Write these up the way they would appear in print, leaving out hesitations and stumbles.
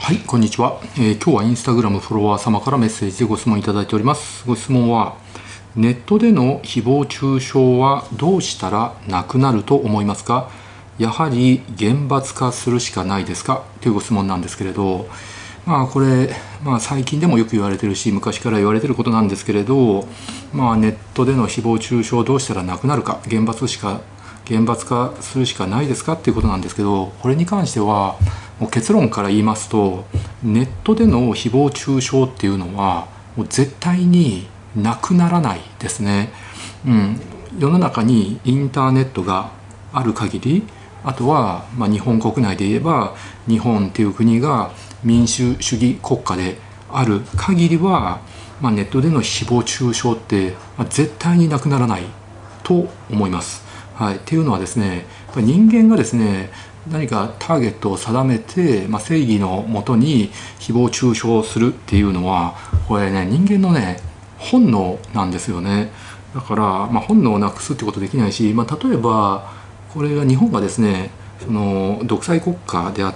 はい、こんにちは。今日はインスタグラムフォロワー様からメッセージでご質問いただいております。ご質問は、ネットでの誹謗中傷はどうしたらなくなると思いますか？やはり厳罰化するしかないですか？というご質問なんですけれど、これ、最近でもよく言われてるし、昔から言われてることなんですけれど、ネットでの誹謗中傷をどうしたらなくなるか、厳罰化するしかないですかっていうことなんですけど、これに関してはもう結論から言いますと、ネットでの誹謗中傷っていうのはもう絶対になくならないですね。世の中にインターネットがある限り、あとは日本国内で言えば日本っていう国が民主主義国家である限りは、ネットでの誹謗中傷って絶対になくならないと思います。っていうのはですね、やっぱり人間がですね、何かターゲットを定めて、正義のもとに誹謗中傷をするっていうのは、これね、人間のね本能なんですよね。だから、本能をなくすってことできないし、例えばこれが日本がですね、その独裁国家であって、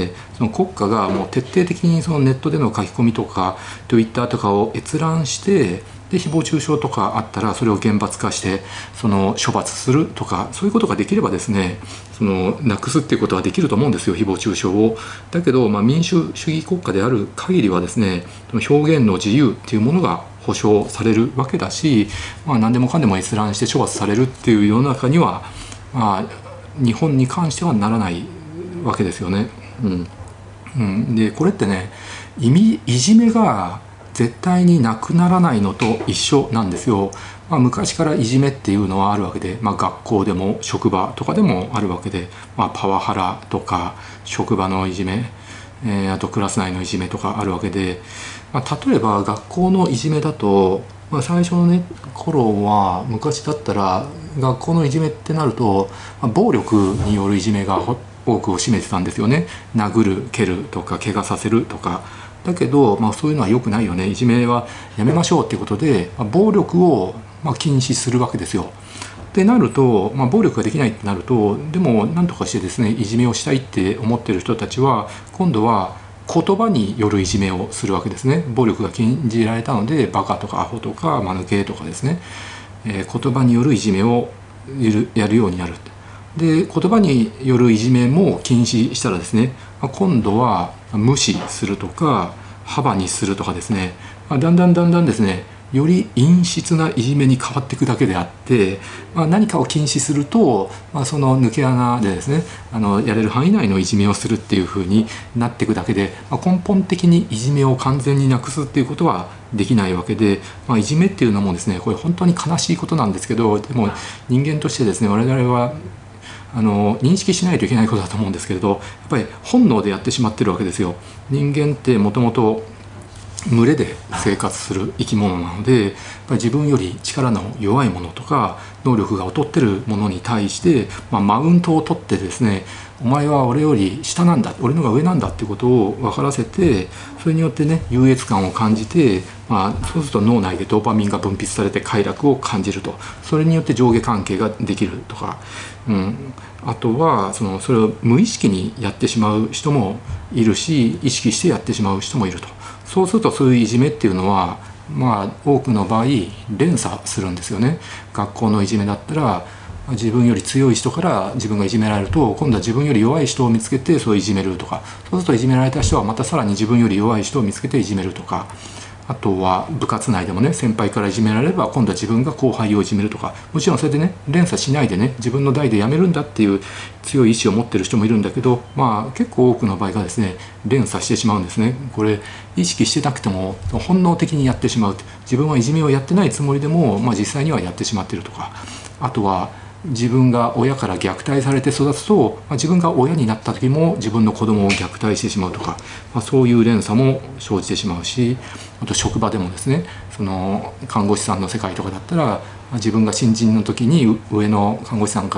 その国家がもう徹底的にそのネットでの書き込みとか Twitter とかを閲覧して、で誹謗中傷とかあったらそれを厳罰化してその処罰するとか、そういうことができればですね、そのなくすっていうことはできると思うんですよ、誹謗中傷を。だけど、民主主義国家である限りはですね、その表現の自由っていうものが保障されるわけだし、何でもかんでも閲覧して処罰されるっていう世の中には、日本に関してはならないわけですよね。でこれってね、いじめが絶対になくならないのと一緒なんですよ。昔からいじめっていうのはあるわけで、学校でも職場とかでもあるわけで、パワハラとか職場のいじめ、あとクラス内のいじめとかあるわけで、例えば学校のいじめだと、最初のね頃は、昔だったら学校のいじめってなると、暴力によるいじめが多くを占めてたんですよね。殴る蹴るとか怪我させるとか。だけど、そういうのは良くないよね、いじめはやめましょうっていうことで、暴力を禁止するわけですよ。ってなると、暴力ができないってなると、でも何とかしてですね、いじめをしたいって思ってる人たちは今度は言葉によるいじめをするわけですね。暴力が禁じられたので、バカとかアホとか間抜けとかですね、言葉によるいじめをやるようになる。で言葉によるいじめも禁止したらですね、今度は無視するとか幅にするとかですね、だんだんですね、より陰湿ないじめに変わっていくだけであって、何かを禁止すると、その抜け穴でですね、やれる範囲内のいじめをするっていう風になっていくだけで、根本的にいじめを完全になくすっていうことはできないわけで、いじめっていうのもですね、これ本当に悲しいことなんですけど、でも人間としてですね、我々は認識しないといけないことだと思うんですけれど、やっぱり本能でやってしまってるわけですよ。人間ってもともと群れで生活する生き物なので、やっぱり自分より力の弱いものとか能力が劣ってるものに対して、マウントを取ってですね、お前は俺より下なんだ、俺のが上なんだっていうことを分からせて、それによってね優越感を感じて、そうすると脳内でドーパミンが分泌されて快楽を感じると、それによって上下関係ができるとか、あとはそれを無意識にやってしまう人もいるし、意識してやってしまう人もいると。そうするとそういういじめっていうのは、多くの場合連鎖するんですよね。学校のいじめだったら、自分より強い人から自分がいじめられると、今度は自分より弱い人を見つけてそういじめるとか、そうするといじめられた人はまたさらに自分より弱い人を見つけていじめるとか、あとは部活内でもね、先輩からいじめられれば今度は自分が後輩をいじめるとか、もちろんそれでね連鎖しないでね、自分の代でやめるんだっていう強い意志を持ってる人もいるんだけど、結構多くの場合がですね連鎖してしまうんですね。これ意識してなくても本能的にやってしまう。自分はいじめをやってないつもりでも、実際にはやってしまっているとか、あとは自分が親から虐待されて育つと、自分が親になった時も自分の子供を虐待してしまうとか、そういう連鎖も生じてしまうし、あと職場でもですね、その看護師さんの世界とかだったら、自分が新人の時に上の看護師さんから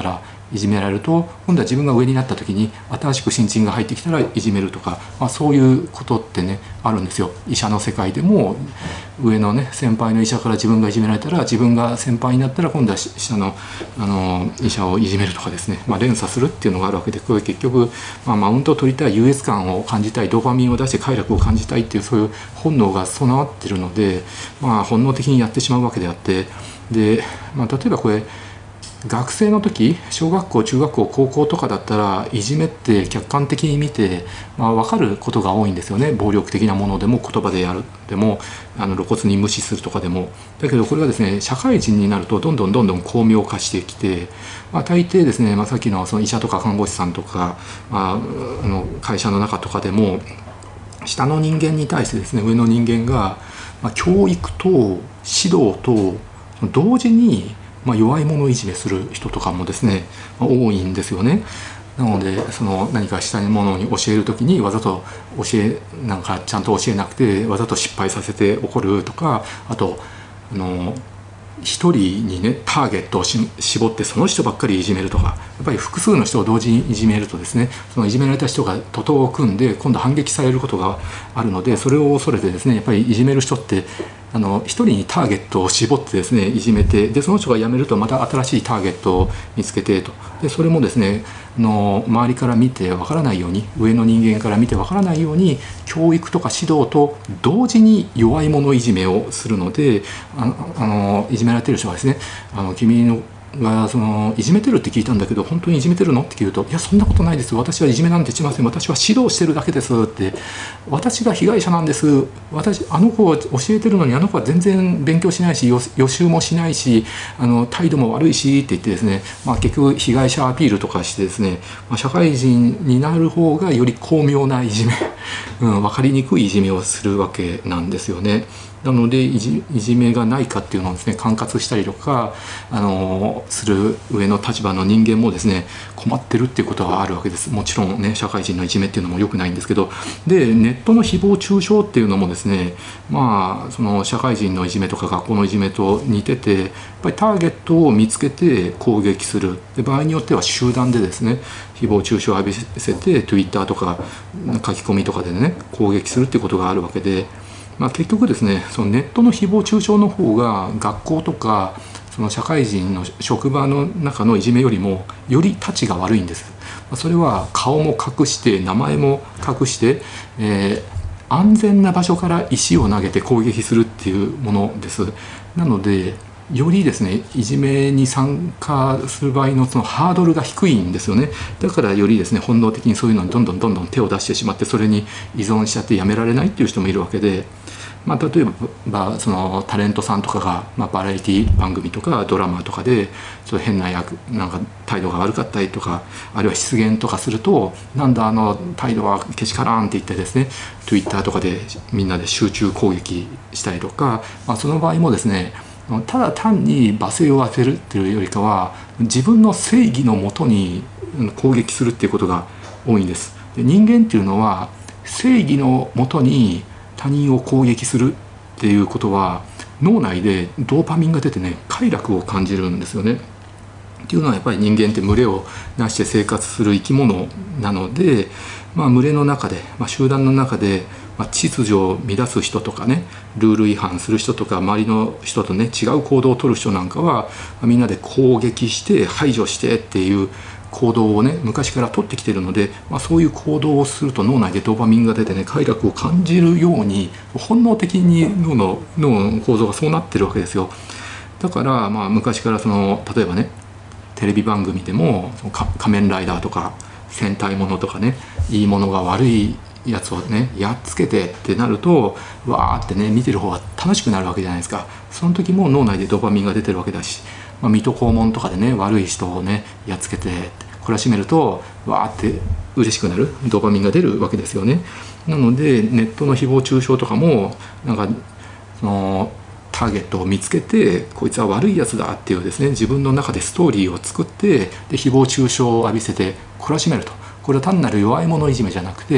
いじめられると、今度は自分が上になった時に新しく新人が入ってきたらいじめるとか、そういうことってねあるんですよ。医者の世界でも上のね先輩の医者から自分がいじめられたら、自分が先輩になったら今度は下の、医者をいじめるとかですね、連鎖するっていうのがあるわけで、これ結局、マウントを取りたい、優越感を感じたい、ドーパミンを出して快楽を感じたいっていう、そういう本能が備わってるので、本能的にやってしまうわけであって、で、例えばこれ学生の時、小学校中学校高校とかだったらいじめって客観的に見て、分かることが多いんですよね。暴力的なものでも言葉でやるでも露骨に無視するとかでも。だけどこれがですね、社会人になるとどんどん巧妙化してきて、大抵ですね、さっきのその医者とか看護師さんとか、会社の中とかでも下の人間に対してですね、上の人間が、教育と指導と同時に弱い者いじめする人とかもですね、多いんですよね。なので何か下の者に教える時にわざとなんかちゃんと教えなくてわざと失敗させて怒るとか、あと一人にねターゲットを絞ってその人ばっかりいじめるとか、やっぱり複数の人を同時にいじめるとですね、そのいじめられた人が徒党を組んで今度反撃されることがあるので、それを恐れてですね、やっぱりいじめる人って一人にターゲットを絞ってですねいじめて、でその人が辞めるとまた新しいターゲットを見つけてと、でそれもですね周りから見てわからないように、上の人間から見てわからないように教育とか指導と同時に弱い者いじめをするので、いじめられてる人はですね、君のがいじめてるって聞いたんだけど本当にいじめてるのって聞うと、いやそんなことないです、私はいじめなんてしません、私は指導してるだけですって、私が被害者なんです、あの子を教えてるのにあの子は全然勉強しないし予習もしないし態度も悪いしって言ってですね、結局被害者アピールとかしてですね、社会人になる方がより巧妙ないじめ、分かりにくいいじめをするわけなんですよね。なのでいじめがないかっていうのをですね管轄したりとかする上の立場の人間もですね困ってるっていうことはあるわけです。もちろんね社会人のいじめっていうのも良くないんですけど、でネットの誹謗中傷っていうのもですね、その社会人のいじめとか学校のいじめと似てて、やっぱりターゲットを見つけて攻撃する、で場合によっては集団でですね誹謗中傷を浴びせて Twitter とか書き込みとかでね攻撃するっていうことがあるわけで、結局ですね、そのネットの誹謗中傷の方が学校とかその社会人の職場の中のいじめよりもよりたちが悪いんです。それは顔も隠して名前も隠して、安全な場所から石を投げて攻撃するっていうものです。なのでよりですねいじめに参加する場合のそのハードルが低いんですよね。だからよりですね本能的にそういうのにどんどん手を出してしまって、それに依存しちゃってやめられないっていう人もいるわけで、例えばそのタレントさんとかが、バラエティ番組とかドラマとかでちょっと変ななんか態度が悪かったりとか、あるいは失言とかすると、なんだ態度はけしからんって言ってですね Twitter とかでみんなで集中攻撃したりとか、その場合もですねただ単に罵声を当てるっていうよりかは自分の正義のもとに攻撃するっていうことが多いんです。で人間っていうのは正義のもとに他人を攻撃するっていうことは脳内でドーパミンが出てね快楽を感じるんですよね。っていうのはやっぱり人間って群れをなして生活する生き物なので、群れの中で、集団の中で、秩序を乱す人とかねルール違反する人とか周りの人とね違う行動を取る人なんかは、みんなで攻撃して排除してっていう行動をね昔から取ってきているので、そういう行動をすると脳内でドーパミンが出てね快楽を感じるように本能的に脳の構造がそうなってるわけですよ。だから昔から例えばねテレビ番組でも仮面ライダーとか戦隊ものとかね、いいものが悪いやつをねやっつけてってなるとわーってね見てる方が楽しくなるわけじゃないですか。その時も脳内でドーパミンが出てるわけだし、水戸黄門とかでね悪い人をねやっつけて懲らしめるとわーって嬉しくなるドーパミンが出るわけですよね。なのでネットの誹謗中傷とかもなんかターゲットを見つけてこいつは悪いやつだっていうですね自分の中でストーリーを作って、で誹謗中傷を浴びせて懲らしめると、これは単なる弱い者いじめじゃなくて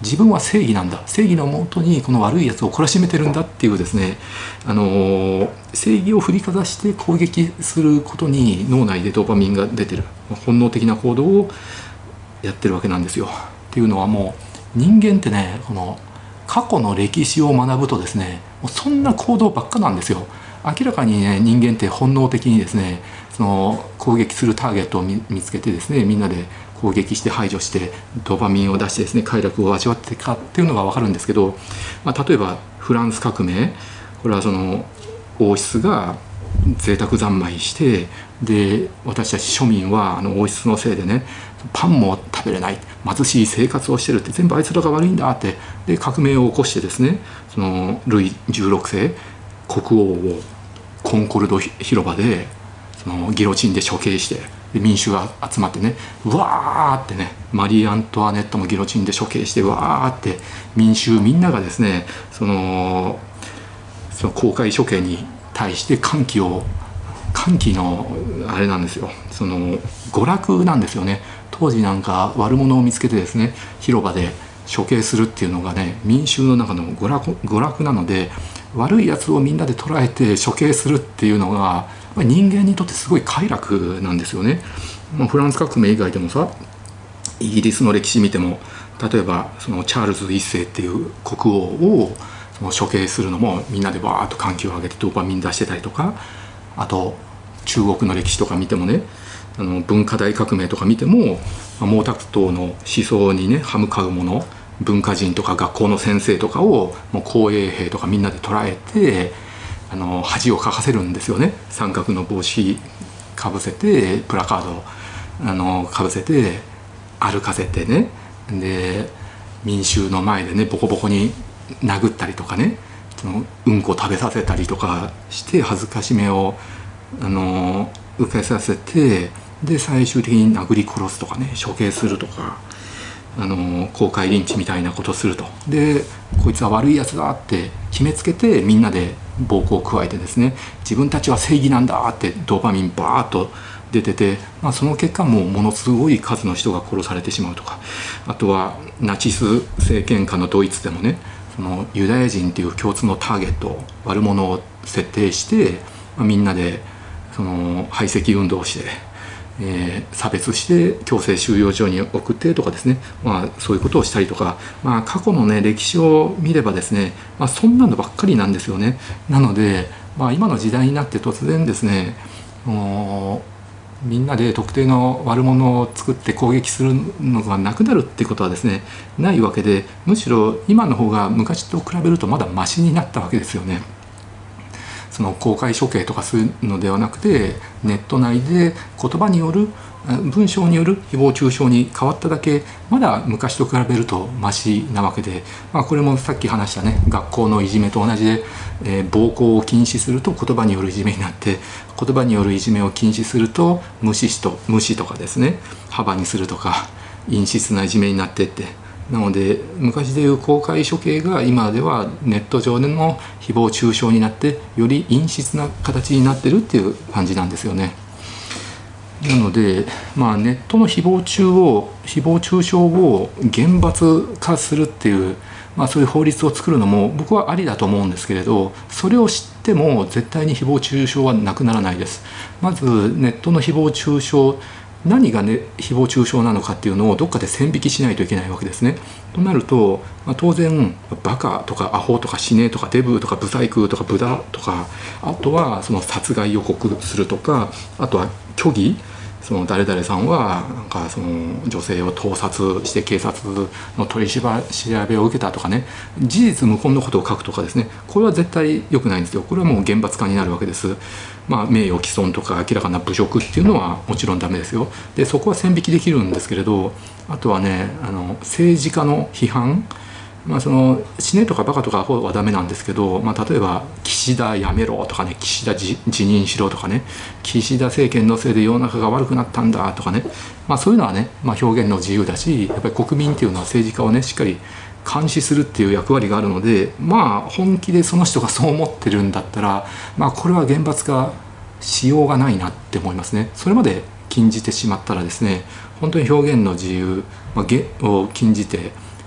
自分は正義なんだ、正義のもとにこの悪いやつを懲らしめてるんだっていうですね、正義を振りかざして攻撃することに脳内でドーパミンが出てる、本能的な行動をやってるわけなんですよ。っていうのは、もう人間ってね、この過去の歴史を学ぶとですね、もうそんな行動ばっかなんですよ。明らかにね、人間って本能的にですね、その攻撃するターゲットを見つけてですね、みんなで攻撃して排除してドーパミンを出してですね、快楽を味わっていくかっていうのが分かるんですけど、例えばフランス革命、これはその王室が贅沢三昧して、で私たち庶民は王室のせいでね、パンも食べれない、貧しい生活をしてるって、全部あいつらが悪いんだって、で革命を起こしてですね、そのルイ16世国王をコンコルド広場でそのギロチンで処刑して、で民衆が集まってね、うわーってね、マリー・アントワネットもギロチンで処刑して、わーって民衆みんながですね、その公開処刑に対して歓喜のあれなんですよ、その娯楽なんですよね。当時なんか悪者を見つけてですね、広場で処刑するっていうのがね、民衆の中の娯楽なので、悪いやつをみんなで捕らえて処刑するっていうのが人間にとってすごい快楽なんですよね。フランス革命以外でもさ、イギリスの歴史見ても、例えばそのチャールズ1世っていう国王をその処刑するのもみんなでバーッと歓喜を上げてドーパミン出してたりとか、あと中国の歴史とか見てもね、文化大革命とか見ても、毛沢東の思想にね歯向かう者、文化人とか学校の先生とかをもう紅衛兵とかみんなで捕らえて、恥をかかせるんですよね。三角の帽子かぶせて、プラカードかぶせて歩かせてね、で民衆の前でねボコボコに殴ったりとかね、うんこ食べさせたりとかして恥ずかしめを受けさせて、で最終的に殴り殺すとかね、処刑するとか、公開リンチみたいなことをすると。でこいつは悪いやつだって決めつけて、みんなで暴行を加えてですね、自分たちは正義なんだってドーパミンバーッと出てて、その結果ものすごい数の人が殺されてしまうとか、あとはナチス政権下のドイツでもね、そのユダヤ人っていう共通のターゲット、悪者を設定して、みんなでその排斥運動をして、差別して強制収容所に送ってとかですね、そういうことをしたりとか、過去のね歴史を見ればですね、そんなのばっかりなんですよね。なので、今の時代になって突然ですね、みんなで特定の悪者を作って攻撃するのがなくなるっていうことはですねないわけで、むしろ今の方が昔と比べるとまだマシになったわけですよね。その公開処刑とかするのではなくて、ネット内で言葉による文章による誹謗中傷に変わっただけ、まだ昔と比べるとマシなわけで、これもさっき話したね、学校のいじめと同じで、暴行を禁止すると言葉によるいじめになって、言葉によるいじめを禁止すると無視とかですね、幅にするとか陰湿ないじめになってって、なので昔でいう公開処刑が今ではネット上での誹謗中傷になって、より陰湿な形になってるっていう感じなんですよね。なので、ネットの誹謗中傷を厳罰化するっていう、そういう法律を作るのも僕はありだと思うんですけれど、それを知っても絶対に誹謗中傷はなくならないです。まずネットの誹謗中傷、何がね誹謗中傷なのかっていうのをどっかで線引きしないといけないわけですね。となると、当然バカとかアホとか死ねとかデブとかブサイクとかブダとか、あとはその殺害予告するとか、あとは虚偽、その誰々さんはなんかその女性を盗撮して警察の取り調べを受けたとかね、事実無根のことを書くとかですね、これは絶対良くないんですよ。これはもう厳罰化になるわけです。名誉毀損とか明らかな侮辱っていうのはもちろんダメですよ。でそこは線引きできるんですけれど、あとはね、政治家の批判、その死ねとかバカとかアホはダメなんですけど、例えば岸田やめろとかね、岸田辞任しろとかね、岸田政権のせいで世の中が悪くなったんだとかね、そういうのはね、表現の自由だし、やっぱり国民っていうのは政治家をねしっかり監視するっていう役割があるので、本気でその人がそう思ってるんだったら、これは厳罰化しようがないなって思いますね。それまで禁じてしまったらですね、本当に表現の自由を禁じて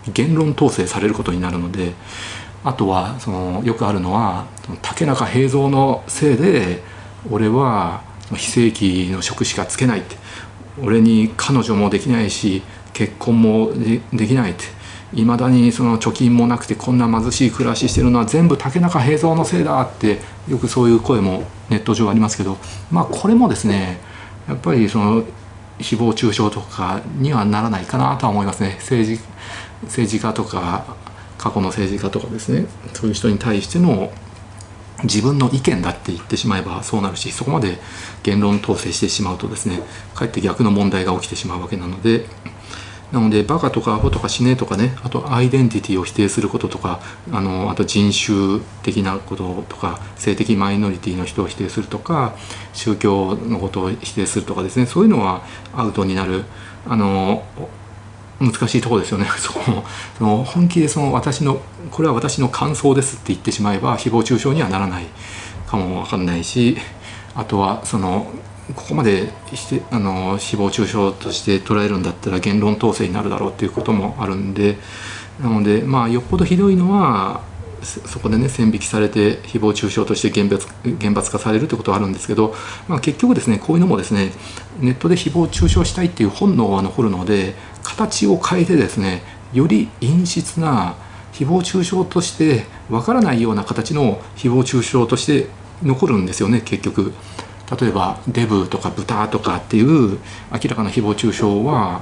言論統制されることになるので、あとはよくあるのは竹中平蔵のせいで俺は非正規の職しかつけないって、俺に彼女もできないし結婚もできないって、いまだに貯金もなくてこんな貧しい暮らししてるのは全部竹中平蔵のせいだって、よくそういう声もネット上ありますけど、これもですねやっぱり誹謗中傷とかにはならないかなとは思いますね。政治家とか過去の政治家とかですね、そういう人に対しての自分の意見だって言ってしまえばそうなるし、そこまで言論統制してしまうとですねかえって逆の問題が起きてしまうわけなので、バカとかアホとか死ねとかね、あとアイデンティティを否定することとか、あと人種的なこととか性的マイノリティの人を否定するとか宗教のことを否定するとかですね、そういうのはアウトになる難しいところですよね。本気でこれは私の感想ですって言ってしまえば誹謗中傷にはならないかもわかんないし、あとはここまで誹謗中傷として捉えるんだったら言論統制になるだろうっていうこともあるんで、なのでよっぽどひどいのはそこでね線引きされて誹謗中傷として厳罰化されるということはあるんですけど、結局ですねこういうのもですねネットで誹謗中傷したいっていう本能は残るので、形を変えてですねより陰湿な誹謗中傷としてわからないような形の誹謗中傷として残るんですよね結局。例えばデブとか豚とかっていう明らかな誹謗中傷は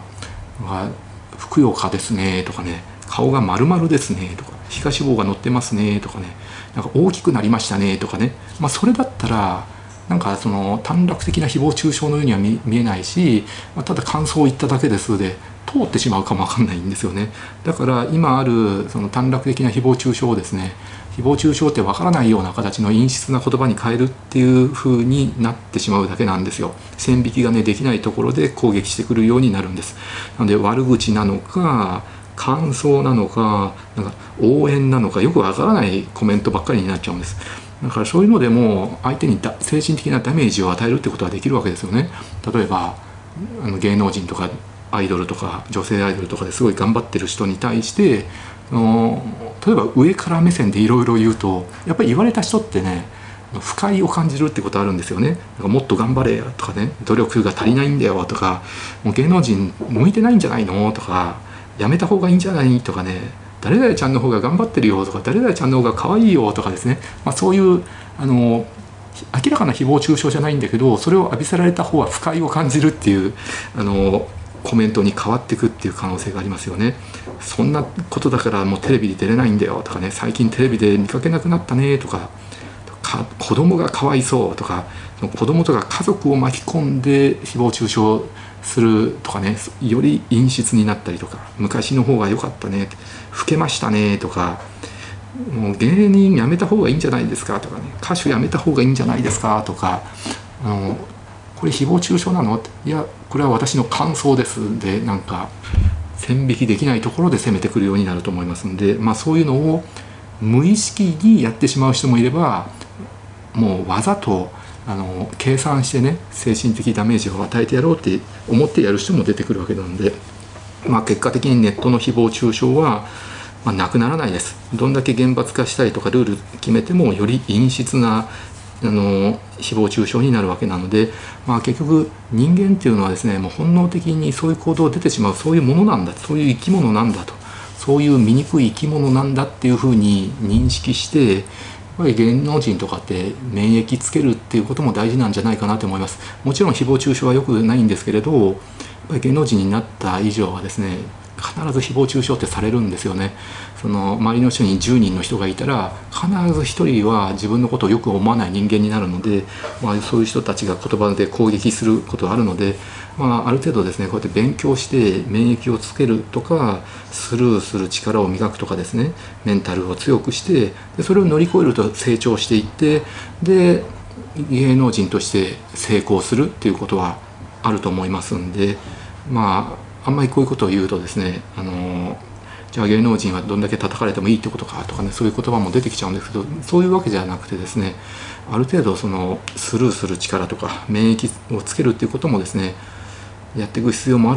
「ふくよかですね」とかね「顔が丸々ですね」とか「皮下脂肪が乗ってますね」とかね「なんか大きくなりましたね」とかね、それだったら短絡的な誹謗中傷のようには見えないし、ただ感想を言っただけですで通ってしまうかもわかんないんですよね。だから今ある短絡的な誹謗中傷をですね、誹謗中傷ってわからないような形の陰湿な言葉に変えるっていう風になってしまうだけなんですよ。線引きがねできないところで攻撃してくるようになるんです。なので悪口なのか感想なのか応援なのかよくわからないコメントばっかりになっちゃうんです。だからそういうのでも相手に精神的なダメージを与えるってことはできるわけですよね。例えば芸能人とかアイドルとか女性アイドルとかですごい頑張ってる人に対して例えば上から目線でいろいろ言うとやっぱり言われた人ってね不快を感じるってことあるんですよね。もっと頑張れよとかね、努力が足りないんだよとか、もう芸能人向いてないんじゃないのとか、やめた方がいいんじゃないとかね、誰々ちゃんの方が頑張ってるよとか、誰々ちゃんの方が可愛いよとかですね、そういう明らかな誹謗中傷じゃないんだけどそれを浴びせられた方は不快を感じるっていうコメントに変わっていくっていう可能性がありますよね。そんなことだからもうテレビで出れないんだよとかね、最近テレビで見かけなくなったねとか、子供がかわいそうとか、子供とか家族を巻き込んで誹謗中傷するとかね、より陰湿になったりとか、昔の方が良かったね、老けましたねとか、もう芸人やめた方がいいんじゃないですかとかね、歌手やめた方がいいんじゃないですかとか、これ誹謗中傷なの？いやこれは私の感想ですで線引きできないところで攻めてくるようになると思いますので、そういうのを無意識にやってしまう人もいれば、もうわざと計算してね精神的ダメージを与えてやろうって思ってやる人も出てくるわけなので、結果的にネットの誹謗中傷はなくならないです。どんだけ厳罰化したりとかルール決めてもより陰湿な誹謗中傷になるわけなので、結局人間っていうのはですねもう本能的にそういう行動が出てしまう、そういうものなんだ、そういう生き物なんだと、そういう醜い生き物なんだっていうふうに認識して、やっぱり芸能人とかって免疫つけるっていうことも大事なんじゃないかなと思います。もちろん誹謗中傷は良くないんですけれど、やっぱり芸能人になった以上はですね必ず誹謗中傷ってされるんですよね。周りの人に10人の人がいたら必ず1人は自分のことをよく思わない人間になるので、そういう人たちが言葉で攻撃することがあるので、ある程度ですねこうやって勉強して免疫をつけるとかスルーする力を磨くとかですね、メンタルを強くしてそれを乗り越えると成長していって、で芸能人として成功するっていうことはあると思いますんで、あんまりこういうことを言うとですねじゃあ芸能人はどんだけ叩かれてもいいってことかとかね、そういう言葉も出てきちゃうんですけど、そういうわけじゃなくてですね、ある程度スルーする力とか免疫をつけるっていうこともですねやっていく必要もある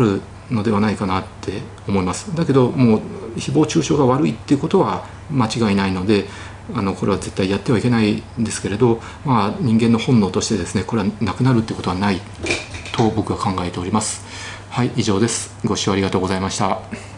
のではないかなって思います。だけどもう誹謗中傷が悪いっていうことは間違いないので、これは絶対やってはいけないんですけれど、人間の本能としてですね、これはなくなるってことはないと僕は考えております。はい、以上です。ご視聴ありがとうございました。